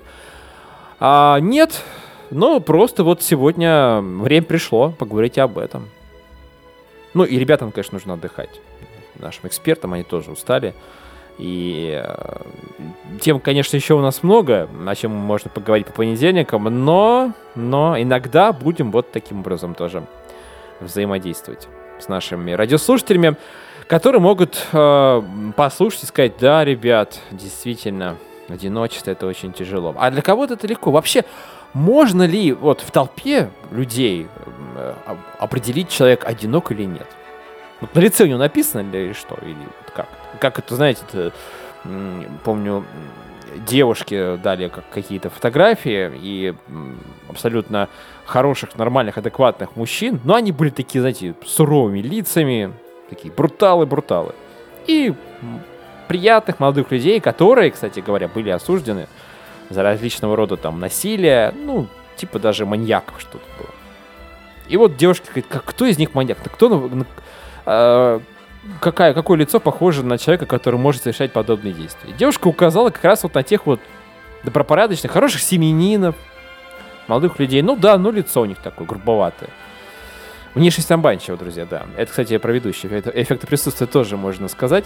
А нет, ну просто вот сегодня время пришло, поговорить об этом. Ну и ребятам, конечно, нужно отдыхать. Нашим экспертам, они тоже устали. И э, тем, конечно, еще у нас много, о чем можно поговорить по понедельникам, но, но иногда будем вот таким образом тоже взаимодействовать с нашими радиослушателями, которые могут э, послушать и сказать: да, ребят, действительно, одиночество — это очень тяжело. А для кого-то это легко. Вообще, можно ли вот в толпе людей э, определить, человек одинок или нет? Вот на лице у него написано или что? Или вот как? Как это, знаете, это, помню, девушки дали как какие-то фотографии, и абсолютно хороших, нормальных, адекватных мужчин, но они были такие, знаете, суровыми лицами, такие бруталы-бруталы. И приятных молодых людей, которые, кстати говоря, были осуждены за различного рода там насилие, ну, типа даже маньяков что-то было. И вот девушка говорит: как, кто из них маньяк? Кто, на, э, какая, какое лицо похоже на человека, который может совершать подобные действия? И девушка указала как раз вот на тех вот добропорядочных, хороших семьянинов, молодых людей. Ну да, ну лицо у них такое грубоватое. Внешность обманчива, друзья, да. Это, кстати, про ведущих. Это эффекты присутствия тоже можно сказать.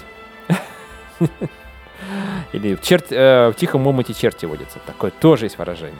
Или в, черт, э, в тихом омуте черти водятся. Такое тоже есть выражение.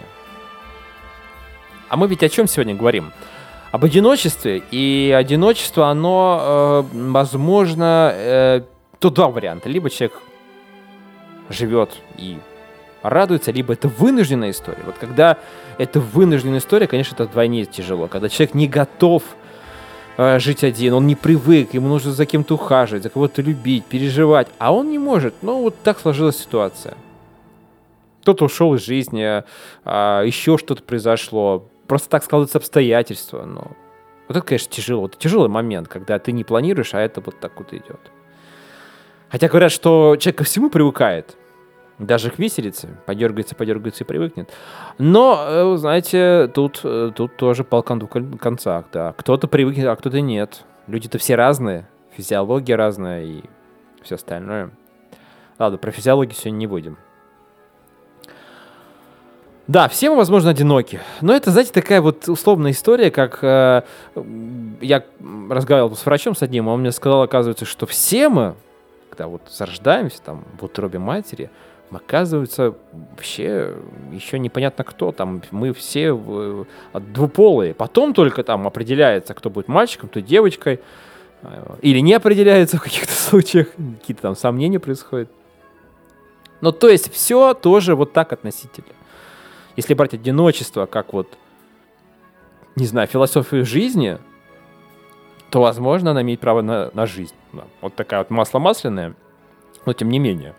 А мы ведь о чем сегодня говорим? Об одиночестве. И одиночество, оно, э, возможно, э, тут два варианта. Либо человек живет и радуется, либо это вынужденная история. Вот когда это вынужденная история, конечно, это вдвойне тяжело. Когда человек не готов э, жить один, он не привык, ему нужно за кем-то ухаживать, за кого-то любить, переживать, а он не может. Ну, вот так сложилась ситуация. Кто-то ушел из жизни, э, еще что-то произошло, просто так складываются обстоятельства. Но вот это, конечно, тяжело. Это тяжелый момент, когда ты не планируешь, а это вот так вот идет. Хотя говорят, что человек ко всему привыкает. Даже к виселице. Подергается, подергается и привыкнет. Но, знаете, тут, тут тоже палка о двух концах. Да. Кто-то привыкнет, а кто-то нет. Люди-то все разные. Физиология разная и все остальное. Ладно, про физиологию сегодня не будем. Да, все мы, возможно, одиноки. Но это, знаете, такая вот условная история, как э, я разговаривал с врачом с одним, он мне сказал, оказывается, что все мы, когда вот зарождаемся там в утробе матери, мы, оказывается, вообще еще непонятно кто. Там мы все в, двуполые. Потом только там определяется, кто будет мальчиком, кто девочкой. Или не определяется в каких-то случаях. Какие-то там сомнения происходят. Ну, то есть все тоже вот так относительно. Если брать одиночество как вот, не знаю, философию жизни, то, возможно, она имеет право на, на жизнь. Да. Вот такая вот масло масляное, но тем не менее.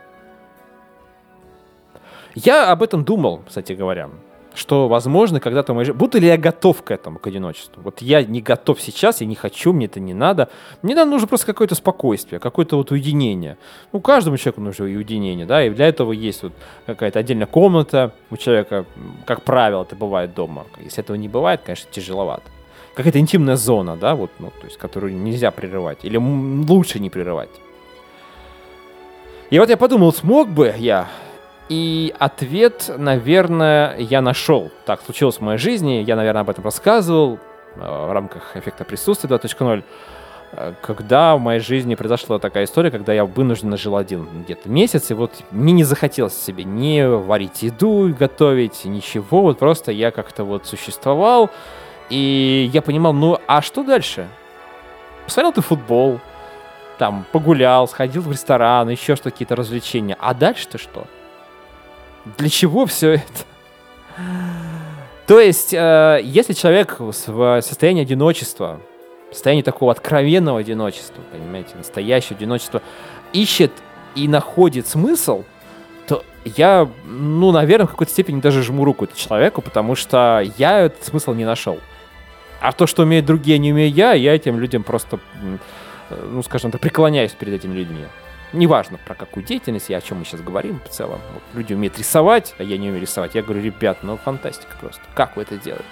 Я об этом думал, кстати говоря, что, возможно, когда-то в моей жизни... Буду ли я готов к этому, к одиночеству? Вот я не готов сейчас, я не хочу, мне это не надо. Мне надо нужно просто какое-то спокойствие, какое-то вот уединение. Ну, каждому человеку нужно и уединение, да, и для этого есть вот какая-то отдельная комната у человека, как правило, это бывает дома. Если этого не бывает, конечно, тяжеловато. Какая-то интимная зона, да, вот, ну, то есть, которую нельзя прерывать, или лучше не прерывать. И вот я подумал, смог бы я И ответ, наверное, я нашел. Так случилось в моей жизни, я, наверное, об этом рассказывал в рамках эффекта присутствия два точка ноль, когда в моей жизни произошла такая история, когда я вынужденно жил один где-то месяц, и вот мне не захотелось себе ни варить еду, готовить, ничего, вот просто я как-то вот существовал, и я понимал, ну а что дальше? Посмотрел ты футбол, там, погулял, сходил в ресторан, еще что-то, какие-то развлечения, а дальше-то что? Для чего все это? То есть, э, если человек в состоянии одиночества, в состоянии такого откровенного одиночества, понимаете, настоящего одиночества, ищет и находит смысл, то я, ну, наверное, в какой-то степени даже жму руку этому человеку, потому что я этот смысл не нашел. А то, что умеют другие, не умею я, я этим людям просто, ну, скажем так, преклоняюсь перед этими людьми. Неважно, про какую деятельность, я о чем мы сейчас говорим в целом. Вот люди умеют рисовать, а я не умею рисовать. Я говорю, ребят, ну фантастика просто. Как вы это делаете?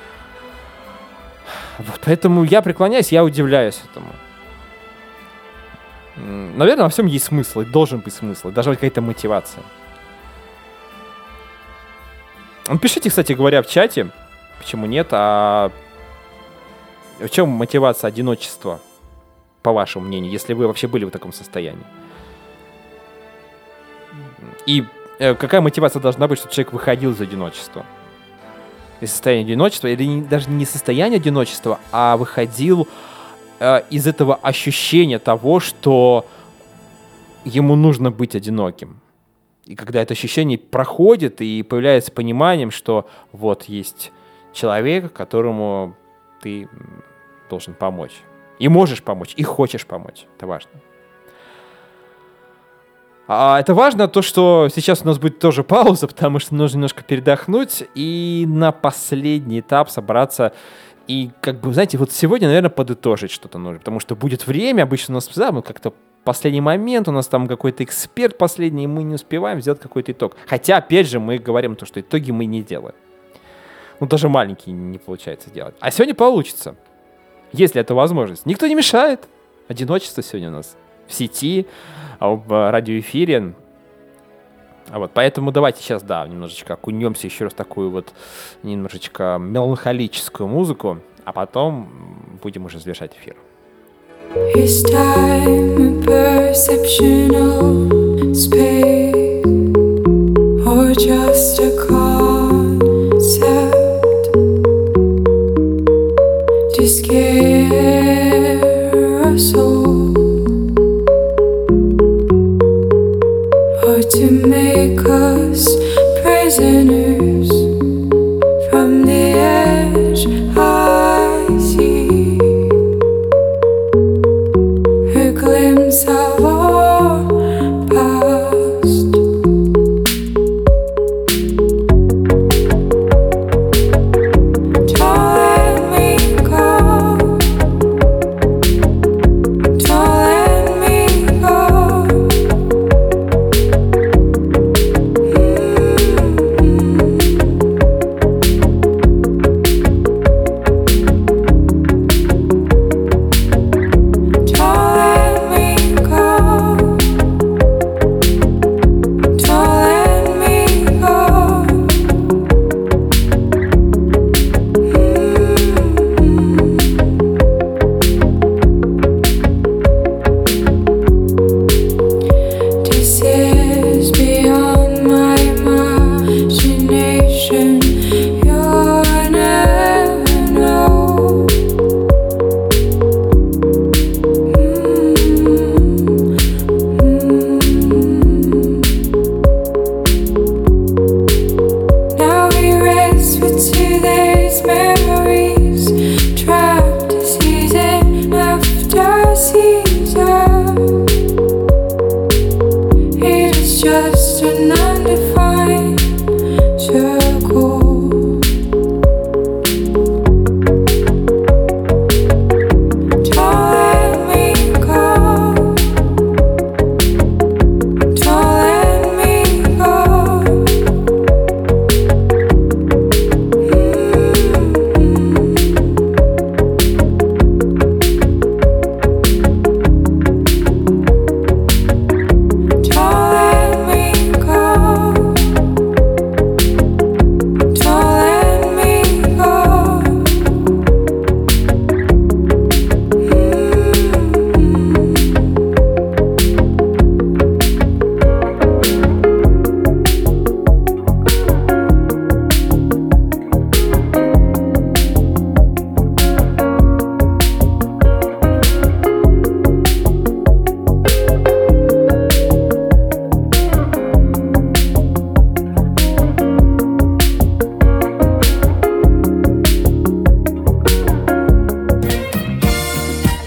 Вот, поэтому я преклоняюсь, я удивляюсь этому. Наверное, во всем есть смысл, и должен быть смысл, и должна быть какая-то мотивация. Напишите, кстати говоря, в чате, почему нет, а в чем мотивация одиночества, по вашему мнению, если вы вообще были в таком состоянии? И э, какая мотивация должна быть, чтобы человек выходил из одиночества? Из состояния одиночества, или не, даже не состояние одиночества, а выходил э, из этого ощущения того, что ему нужно быть одиноким. И когда это ощущение проходит, и появляется пониманием, что вот есть человек, которому ты должен помочь. И можешь помочь, и хочешь помочь. Это важно. А это важно то, что сейчас у нас будет тоже пауза, потому что нужно немножко передохнуть и на последний этап собраться. И, как бы, знаете, вот сегодня, наверное, подытожить что-то нужно, потому что будет время, обычно у нас, да, мы как-то последний момент, у нас там какой-то эксперт последний, и мы не успеваем сделать какой-то итог. Хотя, опять же, мы говорим то, что итоги мы не делаем. Ну, даже маленькие не получается делать. А сегодня получится, если это возможность. Никто не мешает. Одиночество сегодня у нас в сети, в радиоэфире. А вот, поэтому давайте сейчас, да, немножечко окунемся еще раз в такую вот немножечко меланхолическую музыку, а потом будем уже завершать эфир. Is time a perceptional space or just a concept to scare us all or to make us prisoners from the edge I see? A glimpse of our past. Don't let me go.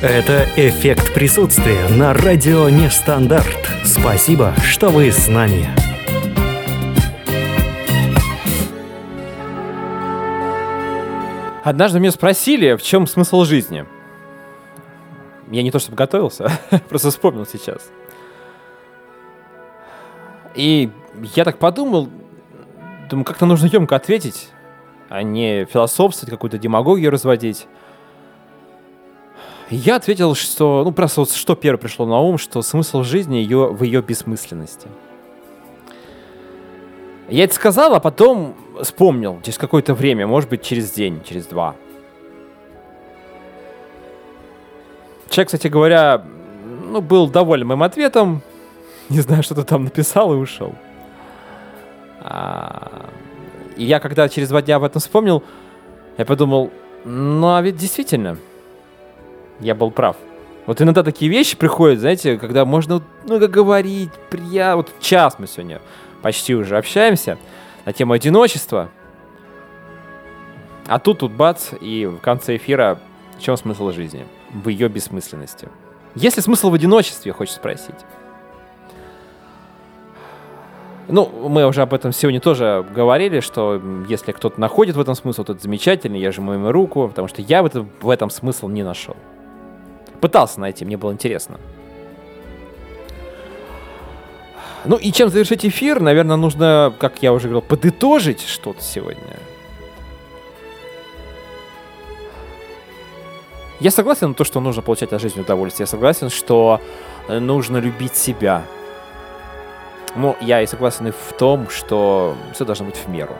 Это «Эффект присутствия» на радио Нестандарт. Спасибо, что вы с нами. Однажды меня спросили, в чем смысл жизни. Я не то чтобы готовился, просто вспомнил сейчас. И я так подумал, думаю, как-то нужно емко ответить, а не философствовать, какую-то демагогию разводить. И я ответил, что, ну, просто вот что первое пришло на ум, что смысл жизни ее, в ее бессмысленности. Я это сказал, а потом вспомнил через какое-то время, может быть, через день, через два. Человек, кстати говоря, ну, был доволен моим ответом. Не знаю, что-то там написал и ушел. А... И я, когда через два дня об этом вспомнил, я подумал, ну, а ведь действительно, я был прав. Вот иногда такие вещи приходят, знаете, когда можно много говорить, приятно. Вот час мы сегодня почти уже общаемся на тему одиночества. А тут, тут бац, и в конце эфира в чем смысл жизни? В ее бессмысленности. Есть ли смысл в одиночестве, хочется спросить? Ну, мы уже об этом сегодня тоже говорили, что если кто-то находит в этом смысл, то это замечательно, я жму ему руку, потому что я в этом, в этом смысл не нашел. Пытался найти, мне было интересно. Ну и чем завершить эфир, наверное, нужно, как я уже говорил, подытожить что-то сегодня. Я согласен на то, что нужно получать от жизни удовольствие. Я согласен, что нужно любить себя. Но я и согласен и в том, что все должно быть в меру.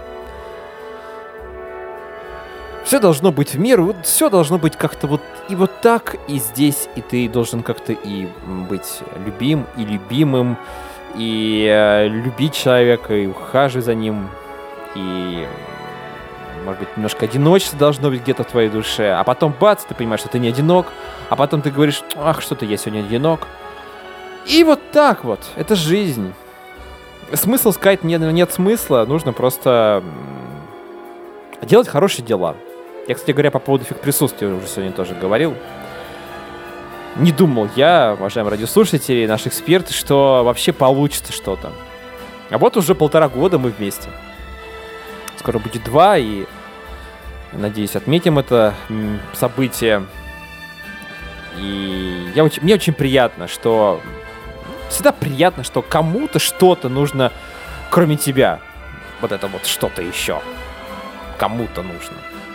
Все должно быть в меру, вот все должно быть как-то вот и вот так, и здесь, и ты должен как-то и быть любим, и любимым, и э, любить человека, и ухаживать за ним, и, может быть, немножко одиночество должно быть где-то в твоей душе, а потом бац, ты понимаешь, что ты не одинок, а потом ты говоришь, ах, что-то я сегодня одинок. И вот так вот, это жизнь. Смысл сказать нет, нет смысла, нужно просто делать хорошие дела. Я, кстати говоря, по поводу эффекта присутствия уже сегодня тоже говорил. Не думал я, уважаемые радиослушатели, наш эксперт, что вообще получится что-то. А вот уже полтора года мы вместе. Скоро будет два, и, надеюсь, отметим это событие. И я очень, мне очень приятно, что... Всегда приятно, что кому-то что-то нужно, кроме тебя. Вот это вот что-то еще. Кому-то нужно.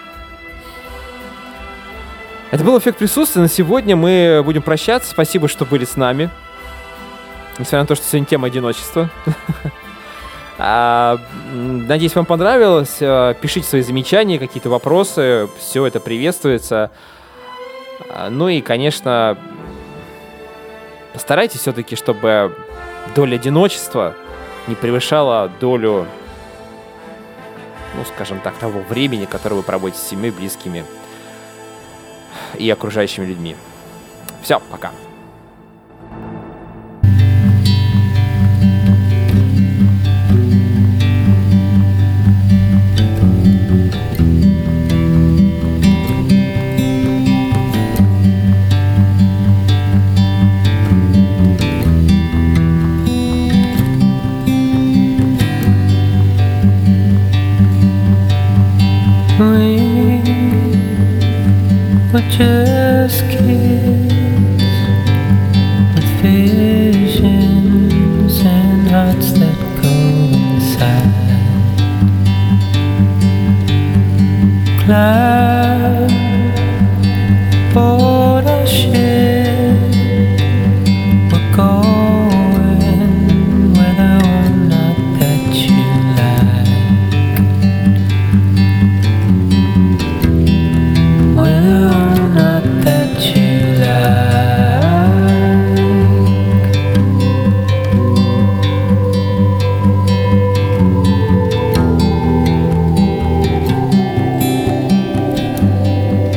Это был эффект присутствия. На сегодня мы будем прощаться. Спасибо, что были с нами. Несмотря на то, что сегодня тема одиночества. Надеюсь, вам понравилось. Пишите свои замечания, какие-то вопросы. Все это приветствуется. Ну и, конечно, постарайтесь все-таки, чтобы доля одиночества не превышала долю, ну, скажем так, того времени, которое вы проводите с семьей, близкими и окружающими людьми. Все, пока. We're just kids with visions and hearts that go inside. Climb aboard our ship. We're going whether or not that you like. Whether or not that you like.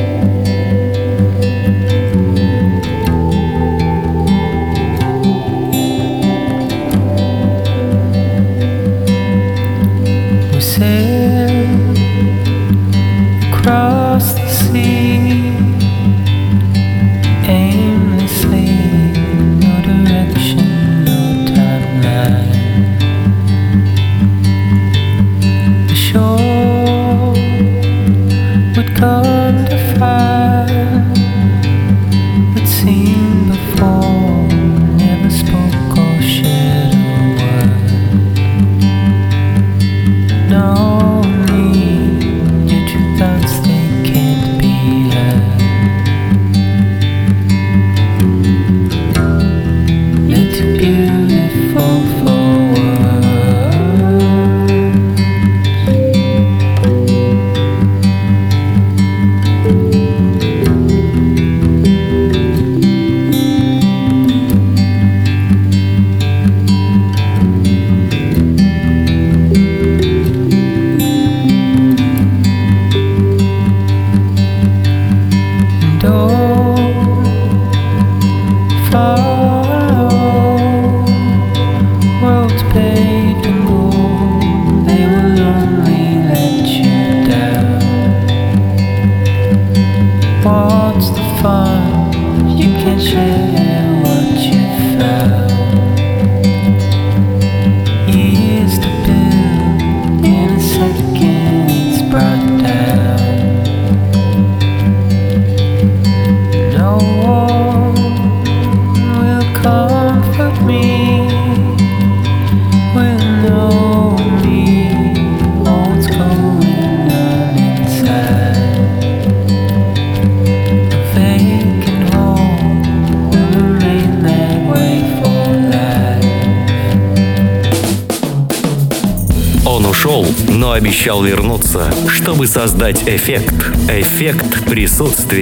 ушел, но обещал вернуться, чтобы создать эффект. Эффект присутствия.